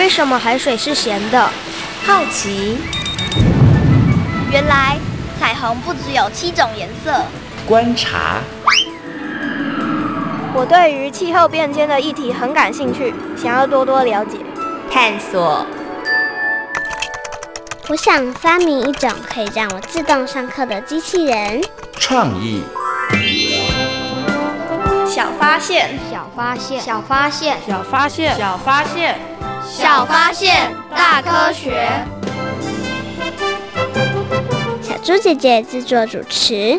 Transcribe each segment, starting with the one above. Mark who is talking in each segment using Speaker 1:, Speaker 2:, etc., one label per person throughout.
Speaker 1: 为什么海水是咸的？
Speaker 2: 好奇。
Speaker 3: 原来彩虹不只有7种颜色。
Speaker 4: 观察。
Speaker 1: 我对于气候变迁的议题很感兴趣，想要多多了解。
Speaker 2: 探索。
Speaker 5: 我想发明一种可以让我自动上课的机器人。
Speaker 4: 创意。
Speaker 3: 小发现，
Speaker 1: 小发现，
Speaker 6: 小发现，
Speaker 7: 小发现，
Speaker 6: 小发现，
Speaker 3: 小发现，大科学。
Speaker 5: 小猪姐姐制作主持。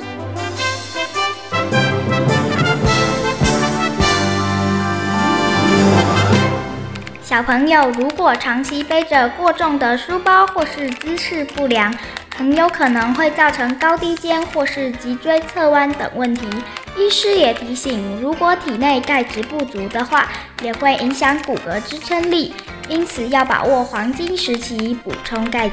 Speaker 8: 小朋友如果长期背着过重的书包或是姿势不良，很有可能会造成高低肩或是脊椎侧弯等问题。医师也提醒，如果体内钙质不足的话，也会影响骨骼支撑力，因此要把握黄金时期补充钙质。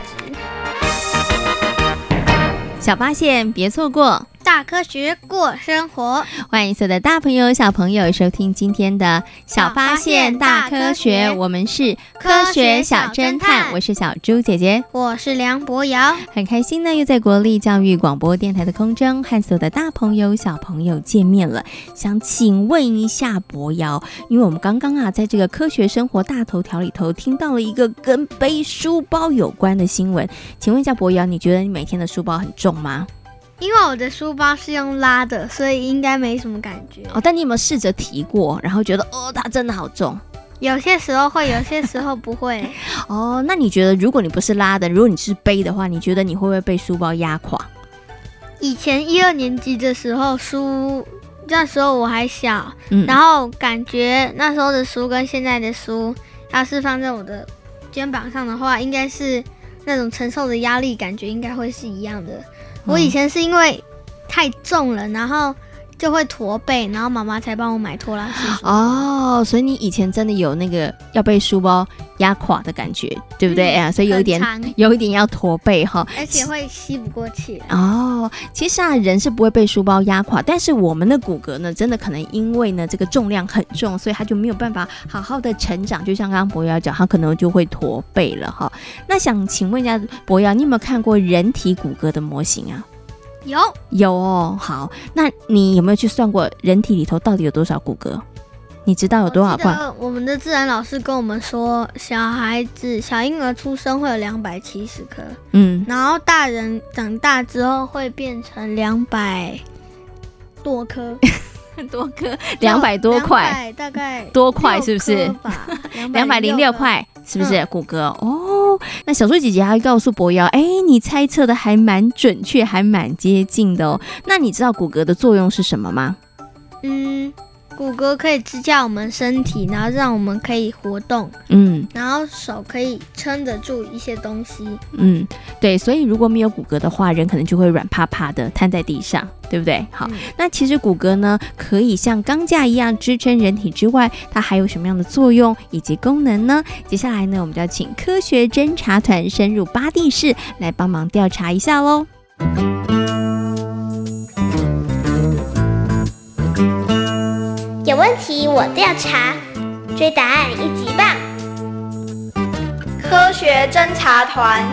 Speaker 2: 小发现别错过，
Speaker 6: 大科学过生活。
Speaker 2: 欢迎所有的大朋友小朋友收听今天的小发现大科学，我们是科学小侦探，我是小猪姐姐，
Speaker 6: 我是梁博瑶。
Speaker 2: 很开心呢，又在国立教育广播电台的空中和所有的大朋友小朋友见面了。想请问一下博瑶，因为我们刚刚在这个科学生活大头条里头听到了一个跟背书包有关的新闻，请问一下博瑶，你觉得你每天的书包很重吗？
Speaker 6: 因为我的书包是用拉的，所以应该没什么感觉。
Speaker 2: 但你有没有试着提过，然后觉得它真的好重？
Speaker 6: 有些时候会，有些时候不会。
Speaker 2: 那你觉得如果你不是拉的，如果你是背的话，你觉得你会不会被书包压垮？
Speaker 6: 以前1、2年级的时候，那时候我还小，然后感觉那时候的书跟现在的书，要是放在我的肩膀上的话，应该是那种承受的压力，感觉应该会是一样的。我以前是因为太重了，然后就会驼背，然后妈妈才帮我买拖拉式书包。
Speaker 2: 所以你以前真的有那个要被书包压垮的感觉，对不对？所以有一点要驼背哈，
Speaker 6: 而且会吸不过气。
Speaker 2: 其实人是不会被书包压垮，但是我们的骨骼呢，真的可能因为呢这个重量很重，所以它就没有办法好好的成长。就像刚刚博瑶讲，它可能就会驼背了哈。那想请问一下博瑶，你有没有看过人体骨骼的模型啊？有哦。好，那你有没有去算过人体里头到底有多少骨骼？你知道有多少块？
Speaker 6: 我们的自然老师跟我们说，小婴儿出生会有270颗，然后大人长大之后会变成200多颗。
Speaker 2: 多颗200多块，
Speaker 6: 大概
Speaker 2: 多块是不是
Speaker 6: ？206
Speaker 2: 块是不是骨骼？那小猪姐姐还告诉博瑶，你猜测的还蛮准确，还蛮接近的哦。那你知道骨骼的作用是什么吗？
Speaker 6: 骨骼可以支架我们身体，然后让我们可以活动，然后手可以撑得住一些东西，
Speaker 2: 对，所以如果没有骨骼的话，人可能就会软趴趴的瘫在地上，对不对？好，那其实骨骼呢，可以像钢架一样支撑人体之外，它还有什么样的作用以及功能呢？接下来呢，我们就要请科学侦查团深入巴地市来帮忙调查一下咯。
Speaker 5: 有问题我调查，追答案1级棒！
Speaker 3: 科学侦查团。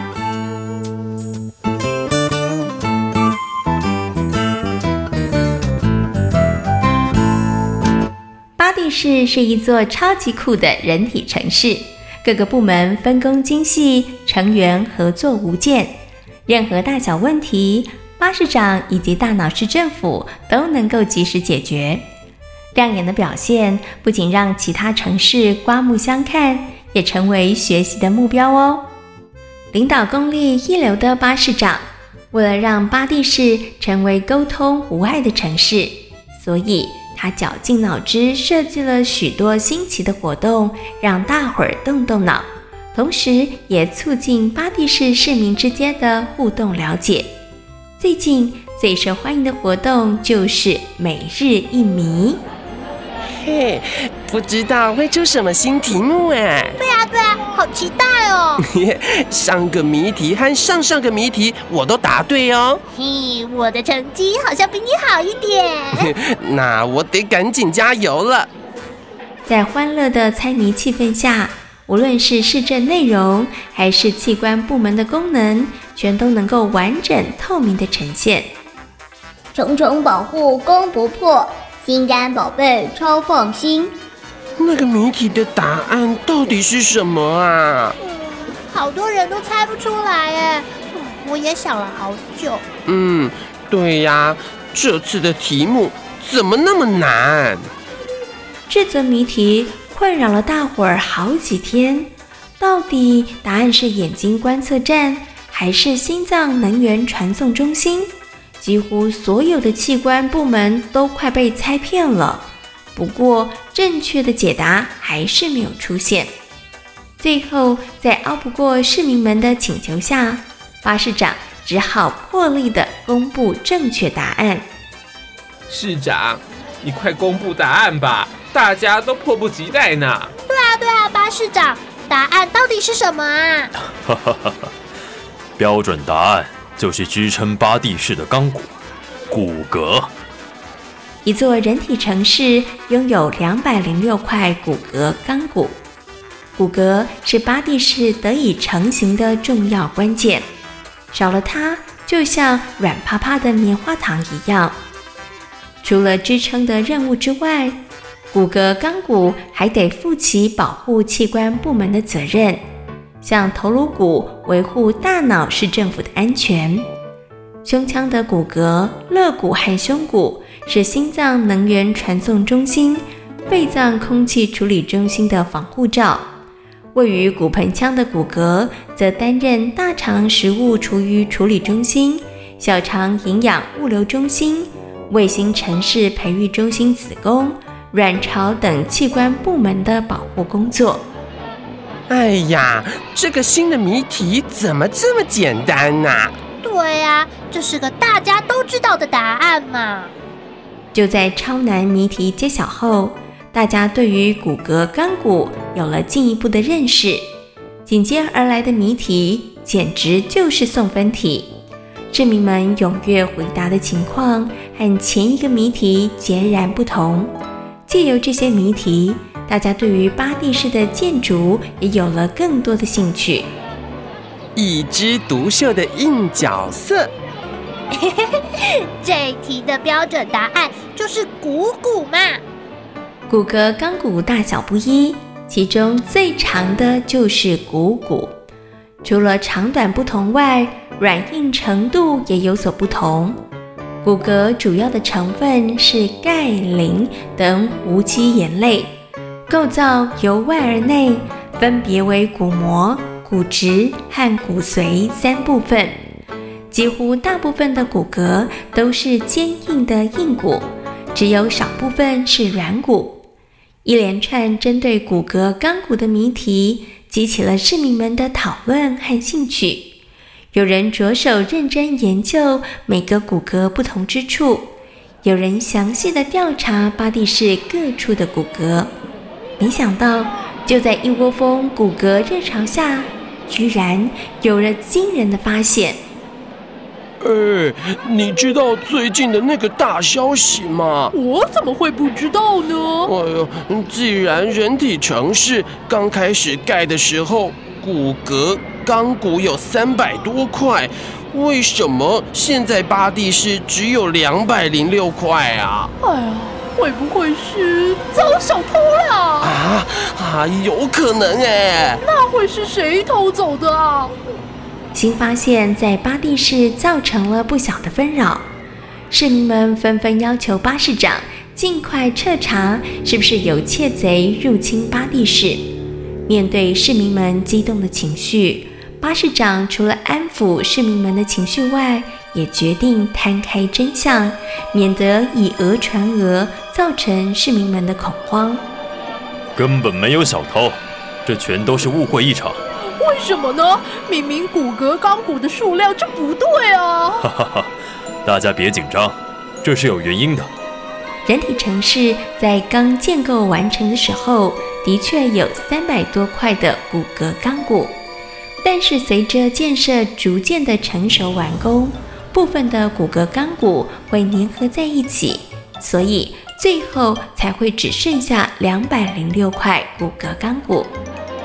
Speaker 2: 巴地市是一座超级酷的人体城市，各个部门分工精细，成员合作无间，任何大小问题，巴市长以及大脑市政府都能够及时解决。亮眼的表现不仅让其他城市刮目相看，也成为学习的目标哦。领导功力一流的巴市长，为了让巴地市成为沟通无碍的城市，所以他绞尽脑汁设计了许多新奇的活动，让大伙儿动动脑，同时也促进巴地市市民之间的互动了解。最近最受欢迎的活动就是每日一谜。
Speaker 9: 不知道会出什么新题目哎？
Speaker 3: 对啊，好期待哦！
Speaker 9: 上个谜题和上上个谜题我都答对哦。
Speaker 3: 我的成绩好像比你好一点。
Speaker 9: 那我得赶紧加油了。
Speaker 2: 在欢乐的猜谜气氛下， 无论是市政内容还是器官部门的功能，全都能够完整透明的呈现。
Speaker 5: 重重保护攻不破，心肝宝贝超放心。
Speaker 9: 那个谜题的答案到底是什么啊？
Speaker 3: 好多人都猜不出来耶，我也想了好久。
Speaker 9: 对呀，这次的题目怎么那么难？
Speaker 2: 这则谜题困扰了大伙儿好几天，到底答案是眼睛观测站还是心脏能源传送中心？几乎所有的器官部门都快被猜骗了。不过正确的解答还是没有出现。最后在拗不过市民们的请求下，巴士长只好破例地公布正确答案。
Speaker 7: 市长，你快公布答案吧，大家都迫不及待呢。
Speaker 3: 对啊，巴士长，答案到底是什么啊？
Speaker 10: 标准答案就是支撑巴地氏的钢骨骨骼。
Speaker 2: 一座人体城市拥有206块骨骼钢骨，骨骼是巴地氏得以成型的重要关键，少了它就像软趴趴的棉花糖一样。除了支撑的任务之外，骨骼钢骨还得负起保护器官部门的责任，像头颅骨维护大脑市政府的安全，胸腔的骨骼、肋骨和胸骨是心脏能源传送中心、肺脏空气处理中心的防护罩。位于骨盆腔的骨骼则担任大肠食物厨余处理中心、小肠营养物流中心、卫星城市培育中心子宫、卵巢等器官部门的保护工作。
Speaker 9: 哎呀，这个新的谜题怎么这么简单啊？
Speaker 3: 对啊，这是个大家都知道的答案嘛。
Speaker 2: 就在超难谜题揭晓后，大家对于骨骼钢骨有了进一步的认识。紧接而来的谜题简直就是送分题，市民们踊跃回答的情况和前一个谜题截然不同。借由这些谜题，大家对于巴地氏的建筑也有了更多的兴趣。
Speaker 9: 一枝独秀的硬角色。
Speaker 3: 这一题的标准答案就是骨骨嘛。
Speaker 2: 骨骼钢骨大小不一，其中最长的就是股骨。除了长短不同外，软硬程度也有所不同。骨骼主要的成分是钙、磷等无机盐类，构造由外而内，分别为骨膜、骨质和骨髓3部分。几乎大部分的骨骼都是坚硬的硬骨，只有少部分是软骨。一连串针对骨骼钢骨的谜题，激起了市民们的讨论和兴趣。有人着手认真研究每个骨骼不同之处，有人详细的调查巴地氏各处的骨骼。没想到，就在一窝蜂骨骼热潮下，居然有了惊人的发现。
Speaker 9: 你知道最近的那个大消息吗？
Speaker 11: 我怎么会不知道呢？
Speaker 9: 既然人体城市刚开始盖的时候，骨骼钢骨有300多块，为什么现在巴地市只有206块啊？
Speaker 11: 哎呀，会不会是遭小偷了？
Speaker 9: 有可能哎。
Speaker 11: 那会是谁偷走的啊？
Speaker 2: 新发现在巴地市造成了不小的纷扰，市民们纷纷要求巴士长尽快彻查是不是有窃贼入侵巴地市。面对市民们激动的情绪，巴士长除了安抚市民们的情绪外，也决定摊开真相，免得以讹传讹，造成市民们的恐慌。
Speaker 10: 根本没有小偷，这全都是误会一场。
Speaker 11: 为什么呢？明明骨骼钢骨的数量就不对啊！
Speaker 10: 大家别紧张，这是有原因的。
Speaker 2: 人体城市在刚建构完成的时候，的确有300多块的骨骼钢骨，但是随着建设逐渐的成熟完工，部分的骨骼钢骨会粘合在一起，所以最后才会只剩下206块骨骼钢骨。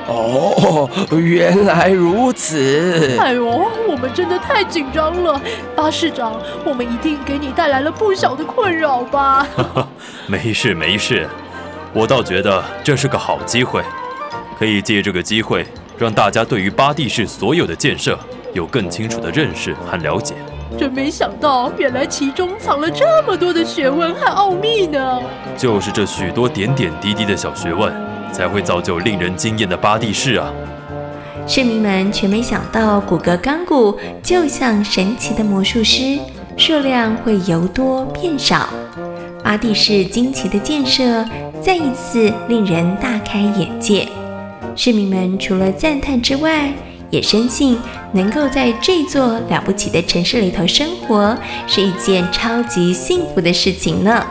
Speaker 9: 哦，原来如此。
Speaker 11: 哎呦，我们真的太紧张了，巴士长，我们一定给你带来了不小的困扰吧？
Speaker 10: 没事没事，我倒觉得这是个好机会，可以借这个机会让大家对于巴第市所有的建设有更清楚的认识和了解。
Speaker 11: 真没想到，原来其中藏了这么多的学问和奥秘呢。
Speaker 10: 就是这许多点点滴滴的小学问，才会造就令人惊艳的巴第市啊！
Speaker 2: 市民们却没想到，古格钢骨就像神奇的魔术师，数量会由多变少。巴第市惊奇的建设，再一次令人大开眼界。市民们除了赞叹之外，也深信能够在这座了不起的城市里头生活，是一件超级幸福的事情呢。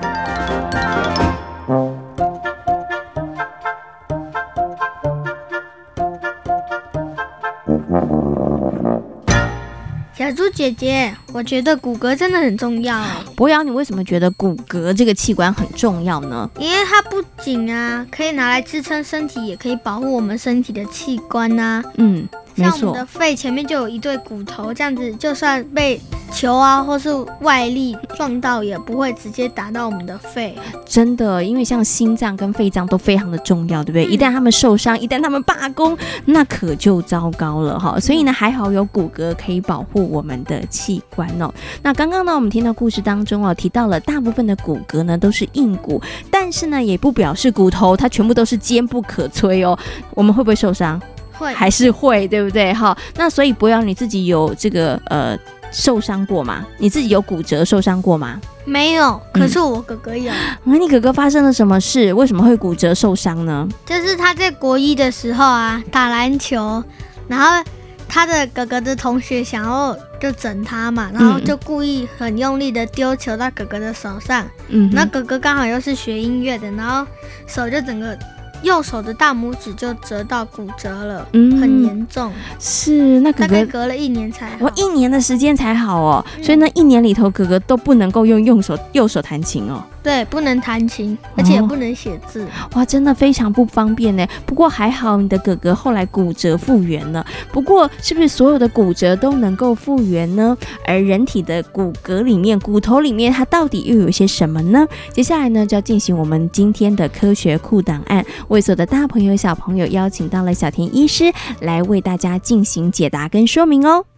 Speaker 6: 小猪姐姐，我觉得骨骼真的很重要。
Speaker 12: 博瑶，你为什么觉得骨骼这个器官很重要呢？
Speaker 6: 因为它不仅可以拿来支撑身体，也可以保护我们身体的器官啊。像我们的肺前面就有一对骨头，这样子就算被球或是外力撞到，也不会直接打到我们的肺。
Speaker 12: 真的，因为像心脏跟肺脏都非常的重要，对不对？一旦他们受伤，一旦他们罢工，那可就糟糕了哈。所以呢，还好有骨骼可以保护我们的器官哦。那刚刚呢，我们听到故事当中提到了大部分的骨骼呢都是硬骨，但是呢，也不表示骨头它全部都是坚不可摧哦。我们会不会受伤？
Speaker 6: 会，
Speaker 12: 还是会，对不对？好，那所以博瑶你自己有这个受伤过吗？你自己有骨折受伤过吗？
Speaker 6: 没有，可是我哥哥有。
Speaker 12: 你哥哥发生了什么事？为什么会骨折受伤呢？
Speaker 6: 就是他在国一的时候打篮球，然后他的哥哥的同学想要就整他嘛，然后就故意很用力的丢球到哥哥的手上，那哥哥刚好又是学音乐的，然后手就整个右手的大拇指就折到骨折了，很严重。
Speaker 12: 是，那哥哥
Speaker 6: 大概隔了1年才好。
Speaker 12: 1年的时间才好哦，所以那1年里头，哥哥都不能够用右手弹琴哦。
Speaker 6: 对，不能弹琴，而且也不能写字。
Speaker 12: 哇，真的非常不方便呢。不过还好，你的哥哥后来骨折复原了。不过，是不是所有的骨折都能够复原呢？而人体的骨骼里面、骨头里面，它到底又有些什么呢？接下来呢，就要进行我们今天的科学库档案，为所有的大朋友、小朋友邀请到了小田医师来为大家进行解答跟说明哦。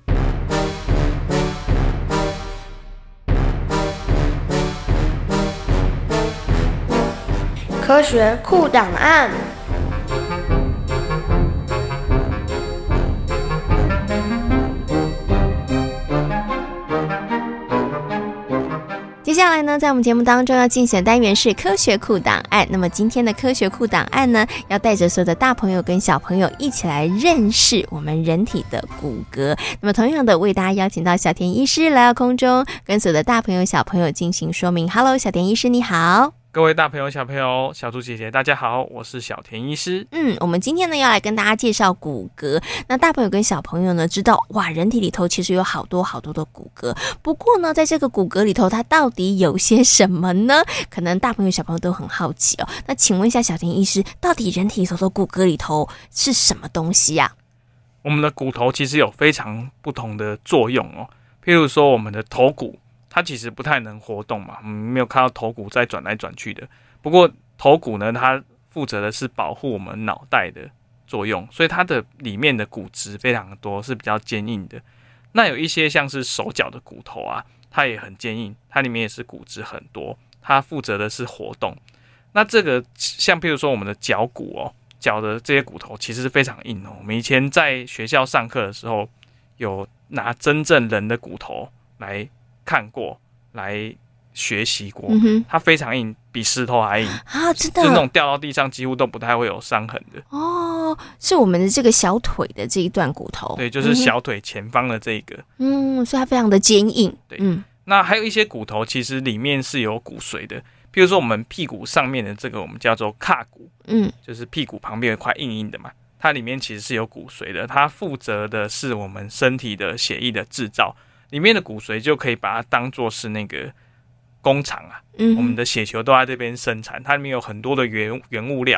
Speaker 1: 科学库档案。
Speaker 2: 接下来呢，在我们节目当中要进行的单元是科学库档案。那么今天的科学库档案呢，要带着所有的大朋友跟小朋友一起来认识我们人体的骨骼。那么同样的，为大家邀请到小田医师来到空中，跟所有的大朋友小朋友进行说明。Hello， 小田医师你好。
Speaker 7: 各位大朋友、小朋友、小猪姐姐，大家好，我是小田医师。
Speaker 2: 我们今天呢要来跟大家介绍骨骼。那大朋友跟小朋友呢知道，哇，人体里头其实有好多好多的骨骼。不过呢，在这个骨骼里头，它到底有些什么呢？可能大朋友、小朋友都很好奇哦。那请问一下小田医师，到底人体里头的骨骼里头是什么东西呀？
Speaker 7: 我们的骨头其实有非常不同的作用哦。譬如说，我们的头骨。它其实不太能活动嘛，没有看到头骨在转来转去的。不过头骨呢，它负责的是保护我们脑袋的作用，所以它的里面的骨质非常多，是比较坚硬的。那有一些像是手脚的骨头它也很坚硬，它里面也是骨质很多，它负责的是活动。那这个像譬如说我们的脚骨脚的这些骨头其实是非常硬我们以前在学校上课的时候，有拿真正人的骨头来看过，来学习过，它非常硬，比石头还硬
Speaker 2: 真的，
Speaker 7: 就是那种掉到地上几乎都不太会有伤痕的
Speaker 2: 是我们的这个小腿的这一段骨头，
Speaker 7: 对，就是小腿前方的这一个，
Speaker 2: 所以它非常的坚硬，
Speaker 7: 对，那还有一些骨头其实里面是有骨髓的，譬如说我们屁股上面的这个我们叫做髂骨，就是屁股旁边有一块硬硬的嘛，它里面其实是有骨髓的，它负责的是我们身体的血液的制造。里面的骨髓就可以把它当作是那个工厂我们的血球都在这边生产，它里面有很多的原物料，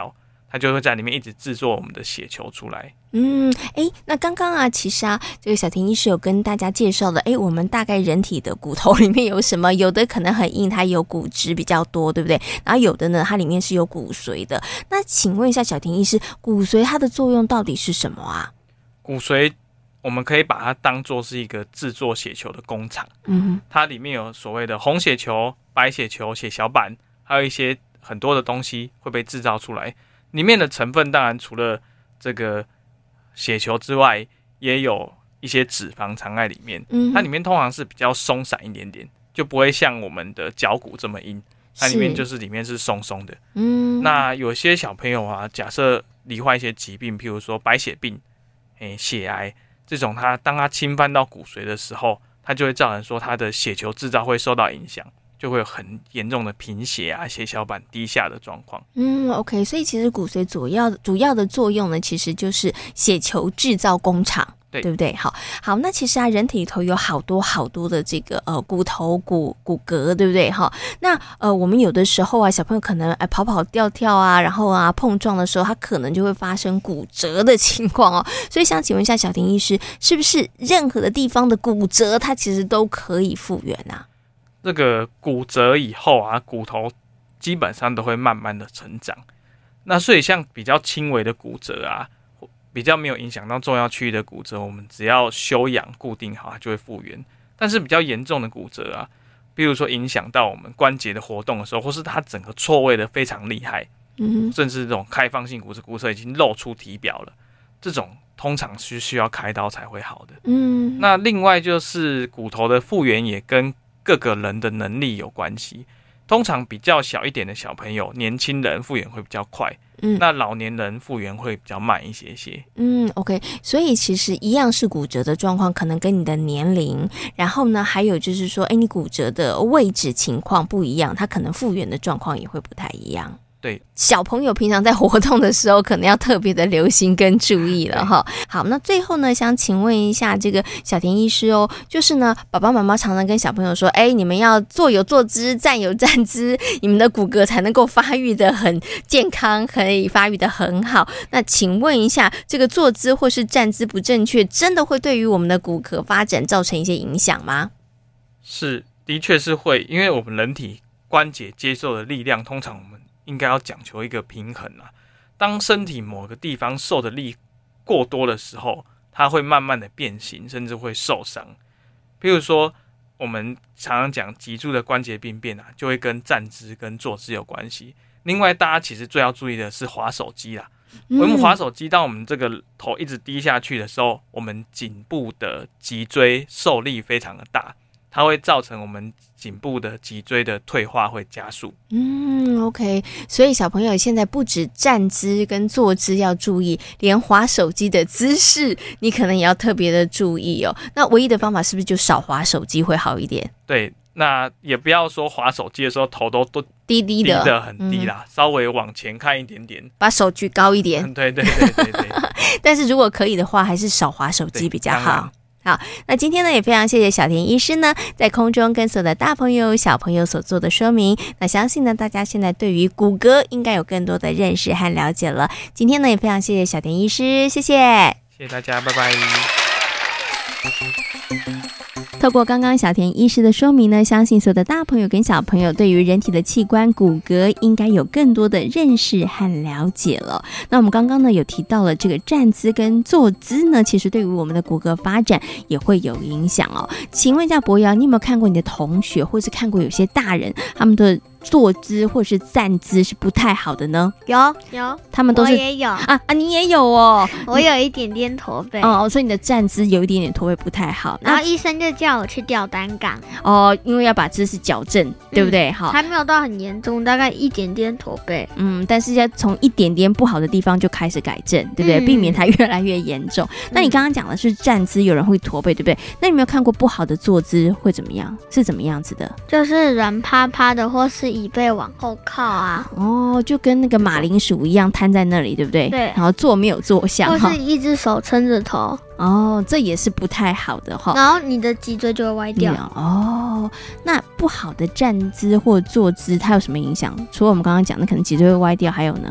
Speaker 7: 它就会在里面一直制作我们的血球出来。
Speaker 12: 那刚刚其实这个小田医师有跟大家介绍了，我们大概人体的骨头里面有什么？有的可能很硬，它有骨质比较多，对不对？然后有的呢，它里面是有骨髓的。那请问一下小田医师，骨髓它的作用到底是什么啊？
Speaker 7: 骨髓我们可以把它当作是一个制作血球的工厂。它里面有所谓的红血球、白血球、血小板，还有一些很多的东西会被制造出来。里面的成分当然除了这个血球之外，也有一些脂肪藏在里面。它里面通常是比较松散一点点，就不会像我们的脚骨这么硬。它里面就是里面是松松的。那有些小朋友假设罹患一些疾病，譬如说白血病、血癌这种，当它侵犯到骨髓的时候，它就会造成说它的血球制造会受到影响。就会有很严重的贫血血小板低下的状况。
Speaker 12: OK， 所以其实骨髓主要的作用呢，其实就是血球制造工厂，对不对？好，那其实人体里头有好多的这个骨头骨骼，对不对？那我们有的时候小朋友可能跑跳然后碰撞的时候，他可能就会发生骨折的情况哦。所以想请问一下小田医师，是不是任何的地方的骨折，它其实都可以复原啊？
Speaker 7: 这个骨折以后骨头基本上都会慢慢的成长。那所以像比较轻微的骨折比较没有影响到重要区域的骨折，我们只要休养固定好，它就会复原。但是比较严重的骨折比如说影响到我们关节的活动的时候，或是它整个错位的非常厉害，甚至这种开放性骨折已经露出体表了，这种通常是需要开刀才会好的。那另外就是骨头的复原也跟各个人的能力有关系。通常比较小一点的小朋友、年轻人复原会比较快，那老年人复原会比较慢一些。
Speaker 12: OK， 所以其实一样是骨折的状况，可能跟你的年龄，然后呢，还有就是说，你骨折的位置情况不一样，它可能复原的状况也会不太一样。
Speaker 7: 对，
Speaker 12: 小朋友平常在活动的时候，可能要特别的留心跟注意了哈。好，那最后呢，想请问一下这个小田医师就是呢，爸爸妈妈常常跟小朋友说，你们要坐有坐姿，站有站姿，你们的骨骼才能够发育的很健康，可以发育的很好。那请问一下，这个坐姿或是站姿不正确，真的会对于我们的骨骼发展造成一些影响吗？
Speaker 7: 是，的确是会，因为我们人体关节接受的力量，通常我们应该要讲求一个平衡当身体某个地方受的力过多的时候，它会慢慢的变形，甚至会受伤。譬如说我们常常讲脊柱的关节病变就会跟站姿跟坐姿有关系。另外大家其实最要注意的是滑手机我们滑手机，当我们这个头一直低下去的时候，我们颈部的脊椎受力非常的大，它会造成我们颈部的脊椎的退化会加速。
Speaker 12: OK， 所以小朋友现在不止站姿跟坐姿要注意，连滑手机的姿势你可能也要特别的注意那唯一的方法是不是就少滑手机会好一点？
Speaker 7: 对，那也不要说滑手机的时候头都
Speaker 12: 低的
Speaker 7: 很低啦，稍微往前看一点点，
Speaker 12: 把手举高一点。
Speaker 7: 对。
Speaker 12: 但是如果可以的话，还是少滑手机比较好。好，那今天呢也非常谢谢小田医师呢在空中跟所有的大朋友小朋友所做的说明，那相信呢大家现在对于骨骼应该有更多的认识和了解了。今天呢也非常谢谢小田医师，谢谢
Speaker 7: 大家，拜拜。
Speaker 12: 透过刚刚小田医师的说明呢，相信所有的大朋友跟小朋友对于人体的器官骨骼应该有更多的认识和了解了。那我们刚刚呢有提到了这个站姿跟坐姿呢，其实对于我们的骨骼发展也会有影响请问一下博瑶，你有没有看过你的同学，或是看过有些大人他们的坐姿或是站姿是不太好的呢？
Speaker 6: 有，
Speaker 12: 他们都是
Speaker 6: 我也有
Speaker 12: 你也有
Speaker 6: 我有一点点驼背
Speaker 12: 所以你的站姿有一点点驼背不太好，
Speaker 6: 然后医生就叫我去吊单杠
Speaker 12: 因为要把姿势矫正，对不对？好，
Speaker 6: 还没有到很严重，大概一点点驼背
Speaker 12: 但是要从一点点不好的地方就开始改正，对不对？避免它越来越严重。那你刚刚讲的是站姿有人会驼背，对不对？那你有没有看过不好的坐姿会怎么样？是怎么样子的？
Speaker 6: 就是软趴趴的，或是椅背往后靠
Speaker 12: 就跟那个马铃薯一样摊在那里，对不对？
Speaker 6: 对，
Speaker 12: 然后坐没有坐相，
Speaker 6: 或是一只手撑着头
Speaker 12: 这也是不太好的
Speaker 6: 然后你的脊椎就会歪掉
Speaker 12: 那不好的站姿或坐姿它有什么影响？除了我们刚刚讲的可能脊椎会歪掉，还有呢？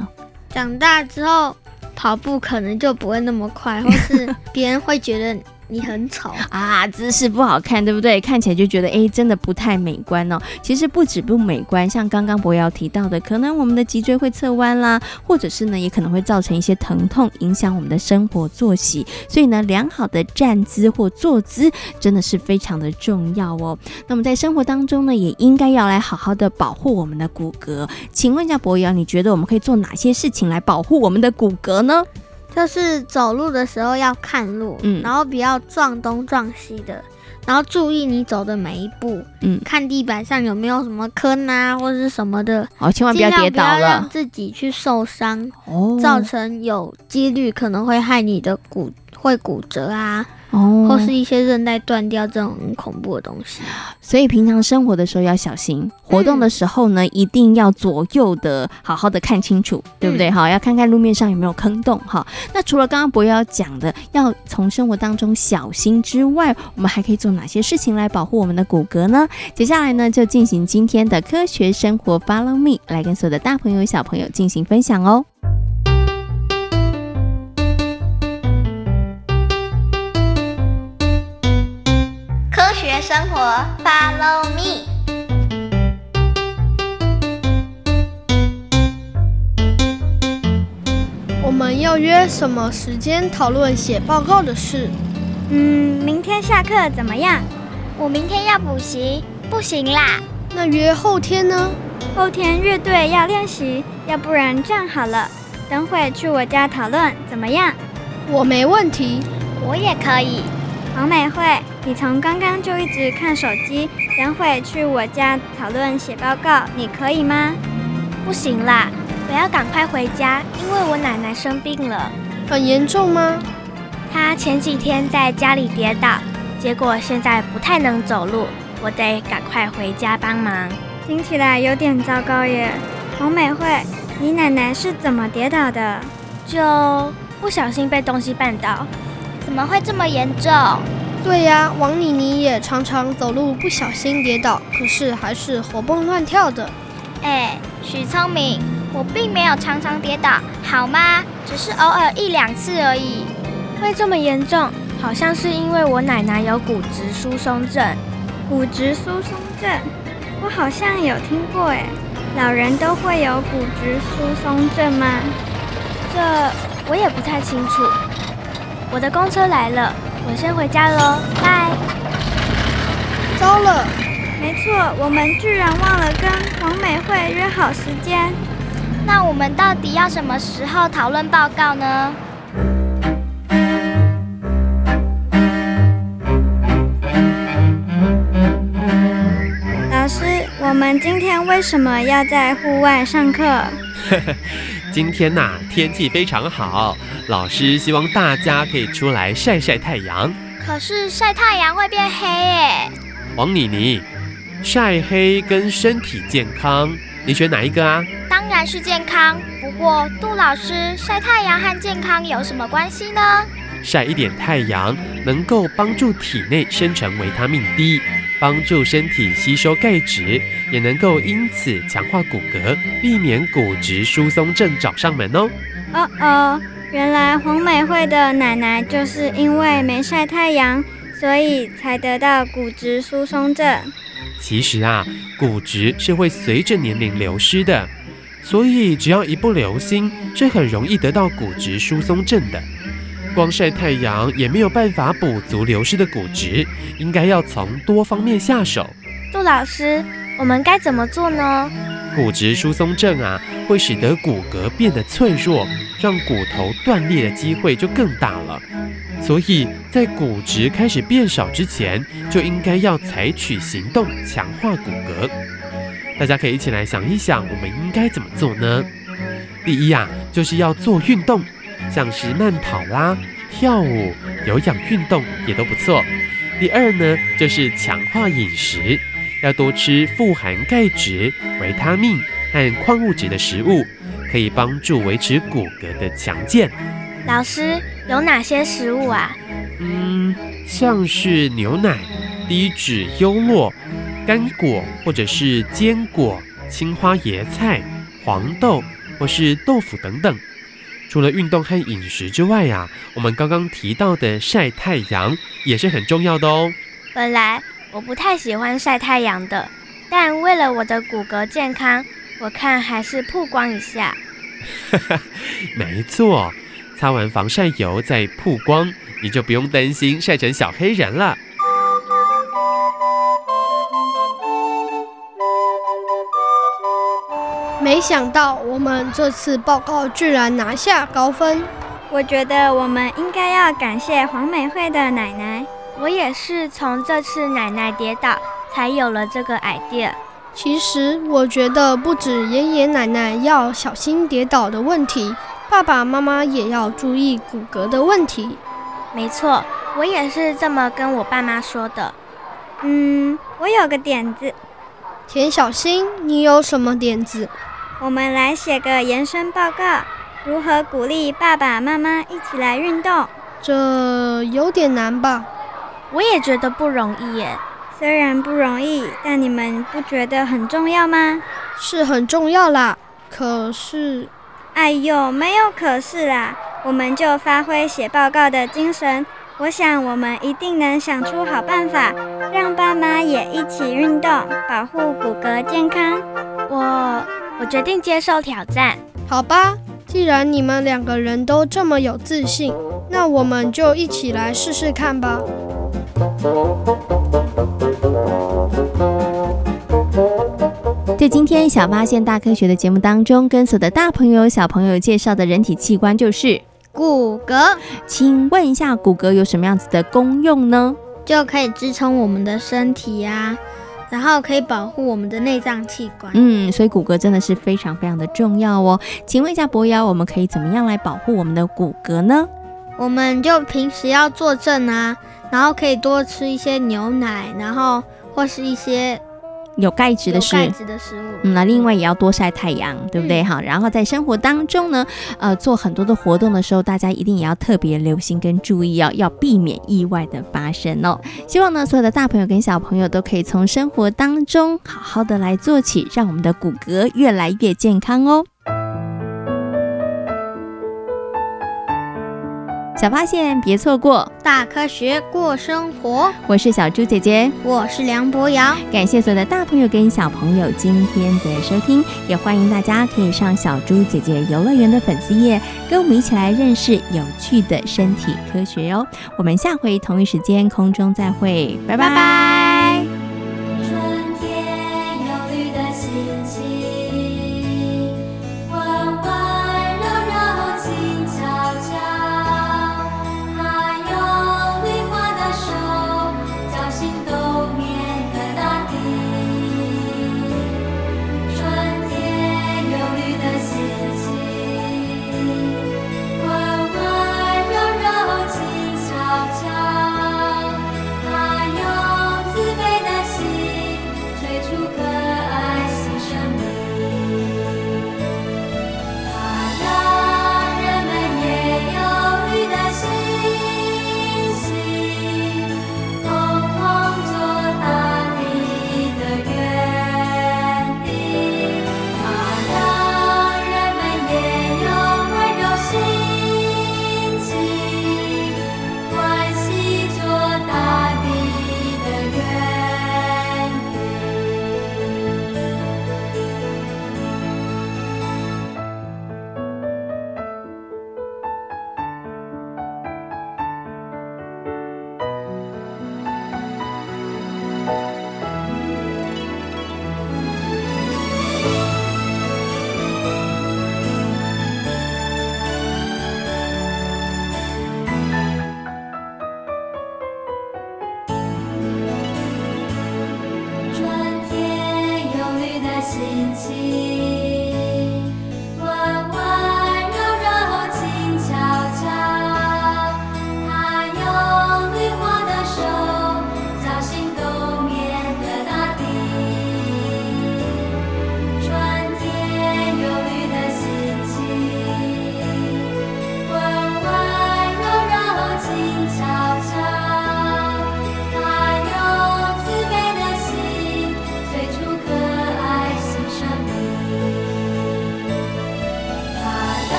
Speaker 6: 长大之后跑步可能就不会那么快，或是别人会觉得你很丑
Speaker 12: 啊，姿势不好看，对不对？看起来就觉得真的不太美观哦。其实不止不美观，像刚刚博瑶提到的，可能我们的脊椎会侧弯啦，或者是呢，也可能会造成一些疼痛，影响我们的生活作息。所以呢，良好的站姿或坐姿真的是非常的重要哦。那么在生活当中呢，也应该要来好好的保护我们的骨骼。请问一下博瑶，你觉得我们可以做哪些事情来保护我们的骨骼呢？
Speaker 6: 就是走路的时候要看路，然后不要撞东撞西的，然后注意你走的每一步，看地板上有没有什么坑啊或者是什么的，
Speaker 12: 千万不要跌倒了，
Speaker 6: 尽量不要让自己去受伤，造成有几率可能会害你的骨折啊。或是一些韧带断掉这种很恐怖的东西，
Speaker 12: 所以平常生活的时候要小心，活动的时候呢，一定要左右的好好的看清楚，对不对？要看看路面上有没有坑洞。那除了刚刚博瑶讲的要从生活当中小心之外，我们还可以做哪些事情来保护我们的骨骼呢？接下来呢，就进行今天的科学生活 Follow Me， 来跟所有的大朋友小朋友进行分享哦。
Speaker 3: 科学生活 Follow Me。
Speaker 13: 我们要约什么时间讨论写报告的事？
Speaker 1: 明天下课怎么样？
Speaker 3: 我明天要补习，不行啦。
Speaker 13: 那约后天呢？
Speaker 1: 后天乐队要练习，要不然这样好了，等会去我家讨论怎么样？
Speaker 13: 我没问题。
Speaker 3: 我也可以。
Speaker 1: 黄美惠，你从刚刚就一直看手机，等会去我家讨论写报告，你可以吗？
Speaker 3: 不行啦，我要赶快回家，因为我奶奶生病了。
Speaker 13: 很严重吗？
Speaker 3: 她前几天在家里跌倒，结果现在不太能走路，我得赶快回家帮忙。
Speaker 1: 听起来有点糟糕耶。黄美惠，你奶奶是怎么跌倒的？
Speaker 3: 就不小心被东西绊倒。怎么会这么严重？
Speaker 13: 对呀，王妮妮也常常走路不小心跌倒，可是还是活蹦乱跳的。
Speaker 3: 许聪明，我并没有常常跌倒，好吗？只是偶尔1、2次而已。会这么严重？好像是因为我奶奶有骨质疏松症。
Speaker 1: 骨质疏松症，我好像有听过耶。老人都会有骨质疏松症吗？
Speaker 3: 这我也不太清楚。我的公车来了，我先回家喽，拜。
Speaker 13: 糟了，
Speaker 1: 没错，我们居然忘了跟黄美惠约好时间。
Speaker 3: 那我们到底要什么时候讨论报告呢？
Speaker 1: 老师，我们今天为什么要在户外上课？
Speaker 14: 今天天气非常好，老师希望大家可以出来晒晒太阳。
Speaker 3: 可是晒太阳会变黑耶。
Speaker 14: 王妮妮，晒黑跟身体健康，你选哪一个啊？
Speaker 3: 当然是健康。不过杜老师，晒太阳和健康有什么关系呢？
Speaker 14: 晒一点太阳能够帮助体内生成维他命 D， 帮助身体吸收钙质，也能够因此强化骨骼，避免骨质疏松症找上门哦。
Speaker 1: 原来黄美惠的奶奶就是因为没晒太阳，所以才得到骨质疏松症。
Speaker 14: 其实骨质是会随着年龄流失的，所以只要一不留心，是很容易得到骨质疏松症的。光晒太阳也没有办法补足流失的骨质，应该要从多方面下手。
Speaker 3: 杜老师，我们该怎么做呢？
Speaker 14: 骨质疏松症会使得骨骼变得脆弱，让骨头断裂的机会就更大了。所以在骨质开始变少之前，就应该要采取行动强化骨骼。大家可以一起来想一想，我们应该怎么做呢？第一就是要做运动，像是慢跑啦、跳舞、有氧运动也都不错。第二呢，就是强化饮食，要多吃富含钙质、维他命和矿物质的食物，可以帮助维持骨骼的强健。
Speaker 3: 老师，有哪些食物啊？
Speaker 14: 像是牛奶、低脂优酪、干果或者是坚果、青花椰菜、黄豆、 或是豆腐等等。除了运动和饮食之外啊，我们刚刚提到的晒太阳也是很重要的哦。
Speaker 3: 本来我不太喜欢晒太阳的，但为了我的骨骼健康，我看还是曝光一下。
Speaker 14: 没错，擦完防晒油再曝光，你就不用担心晒成小黑人了。
Speaker 13: 没想到我们这次报告居然拿下高分。
Speaker 1: 我觉得我们应该要感谢黄美惠的奶奶。
Speaker 3: 我也是从这次奶奶跌倒才有了这个 idea。
Speaker 13: 其实我觉得不止爷爷奶奶要小心跌倒的问题，爸爸妈妈也要注意骨骼的问题。
Speaker 3: 没错，我也是这么跟我爸妈说的。
Speaker 1: 我有个点子。
Speaker 13: 田小新，你有什么点子？
Speaker 1: 我们来写个延伸报告，如何鼓励爸爸妈妈一起来运动。
Speaker 13: 这有点难吧？
Speaker 3: 我也觉得不容易耶。
Speaker 1: 虽然不容易，但你们不觉得很重要吗？
Speaker 13: 是很重要啦，可是……
Speaker 1: 哎呦，没有可是啦，我们就发挥写报告的精神。我想我们一定能想出好办法，让爸妈也一起运动，保护骨骼健康。
Speaker 3: 我决定接受挑战。
Speaker 13: 好吧，既然你们2个人都这么有自信，那我们就一起来试试看吧。
Speaker 12: 在今天小发现大科学的节目当中，跟所有的大朋友小朋友介绍的人体器官就是
Speaker 6: 骨骼。
Speaker 12: 请问一下，骨骼有什么样子的功用呢？
Speaker 6: 就可以支撑我们的身体啊，然后可以保护我们的内脏器官。
Speaker 12: 所以骨骼真的是非常非常的重要哦。请问一下博瑶，我们可以怎么样来保护我们的骨骼呢？
Speaker 6: 我们就平时要坐正啊，然后可以多吃一些牛奶，然后或是一些
Speaker 12: 有钙质的食物。那另外也要多晒太阳，对不对？好，然后在生活当中呢，做很多的活动的时候，大家一定也要特别留心跟注意哦，要避免意外的发生哦。希望呢，所有的大朋友跟小朋友都可以从生活当中好好的来做起，让我们的骨骼越来越健康哦。小发现别错过，
Speaker 6: 大科学过生活。
Speaker 12: 我是小猪姐姐，
Speaker 6: 我是梁博瑶。
Speaker 12: 感谢所有的大朋友跟小朋友今天的收听，也欢迎大家可以上小猪姐姐游乐园的粉丝页，跟我们一起来认识有趣的身体科学哦。我们下回同一时间空中再会，拜拜。